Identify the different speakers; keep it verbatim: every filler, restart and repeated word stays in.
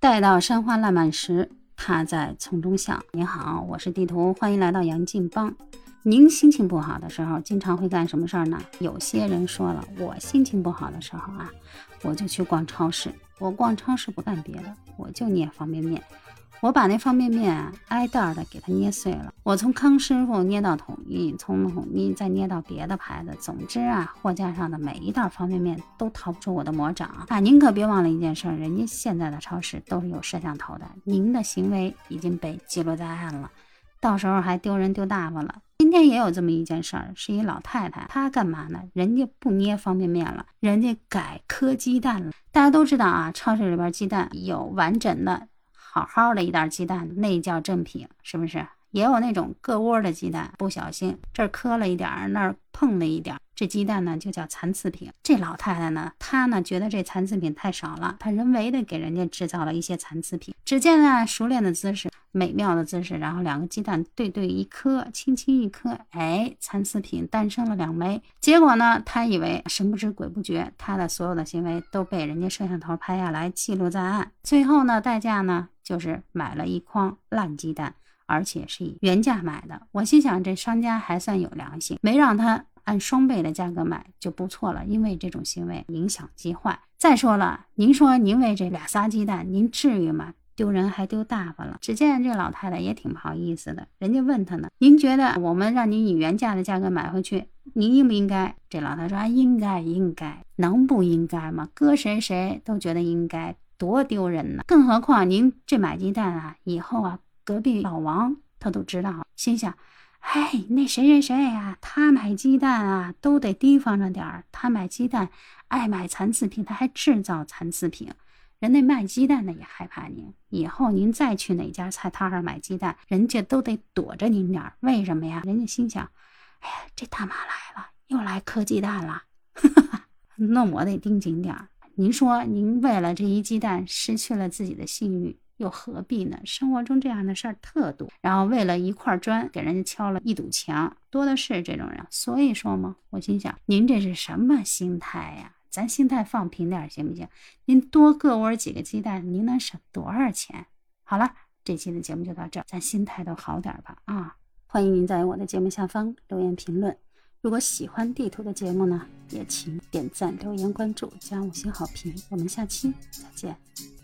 Speaker 1: 待到山花烂漫时，他在丛中笑。您好，我是地图，欢迎来到杨静帮。您心情不好的时候经常会干什么事儿呢？有些人说了，我心情不好的时候啊，我就去逛超市。我逛超市不干别的，我就捏方便面。我把那方便面啊挨袋的给它捏碎了，我从康师傅捏到统一，从统一再捏到别的牌子。总之啊，货架上的每一袋方便面都逃不出我的魔掌啊！您可别忘了一件事，人家现在的超市都是有摄像头的，您的行为已经被记录在案了，到时候还丢人丢大发了。今天也有这么一件事儿，是一老太太，她干嘛呢？人家不捏方便面了，人家改磕鸡蛋了。大家都知道啊，超市里边鸡蛋有完整的好好的一袋鸡蛋，那叫正品，是不是？也有那种个窝的鸡蛋，不小心这儿磕了一点，那儿碰了一点，这鸡蛋呢就叫残次品。这老太太呢，她呢觉得这残次品太少了，她人为的给人家制造了一些残次品。只见呢熟练的姿势，美妙的姿势，然后两个鸡蛋对对一磕，轻轻一磕，哎，残次品诞生了两枚。结果呢，她以为神不知鬼不觉，她的所有的行为都被人家摄像头拍下来，记录在案。最后呢，代价呢就是买了一筐烂鸡蛋，而且是以原价买的。我心想，这商家还算有良心，没让他按双倍的价格买就不错了，因为这种行为影响极坏。再说了，您说您为这俩仨鸡蛋，您至于吗？丢人还丢大发了。只见这老太太也挺不好意思的，人家问她呢，您觉得我们让您以原价的价格买回去，您应不应该？这老太太说、啊、应该应该，能不应该吗？搁谁谁都觉得应该，多丢人呢。更何况您这买鸡蛋啊，以后啊隔壁老王他都知道，心想，哎，那谁谁谁啊，他买鸡蛋啊都得提防着点儿，他买鸡蛋爱买残次品，他还制造残次品。人家卖鸡蛋的也害怕您，以后您再去哪家菜摊上买鸡蛋，人家都得躲着您点儿。为什么呀？人家心想，哎呀，这大妈来了，又来磕鸡蛋了，那我得盯紧点儿。您说您为了这一鸡蛋失去了自己的信誉，又何必呢？生活中这样的事儿特多，然后为了一块砖给人家敲了一堵墙，多的是这种人。所以说嘛，我心想，您这是什么心态呀？咱心态放平点行不行？您多个窝几个鸡蛋，您能省多少钱？好了，这期的节目就到这儿，咱心态都好点吧啊！欢迎您在我的节目下方留言评论。如果喜欢地图的节目呢，也请点赞、留言、关注、加五星好评。我们下期再见。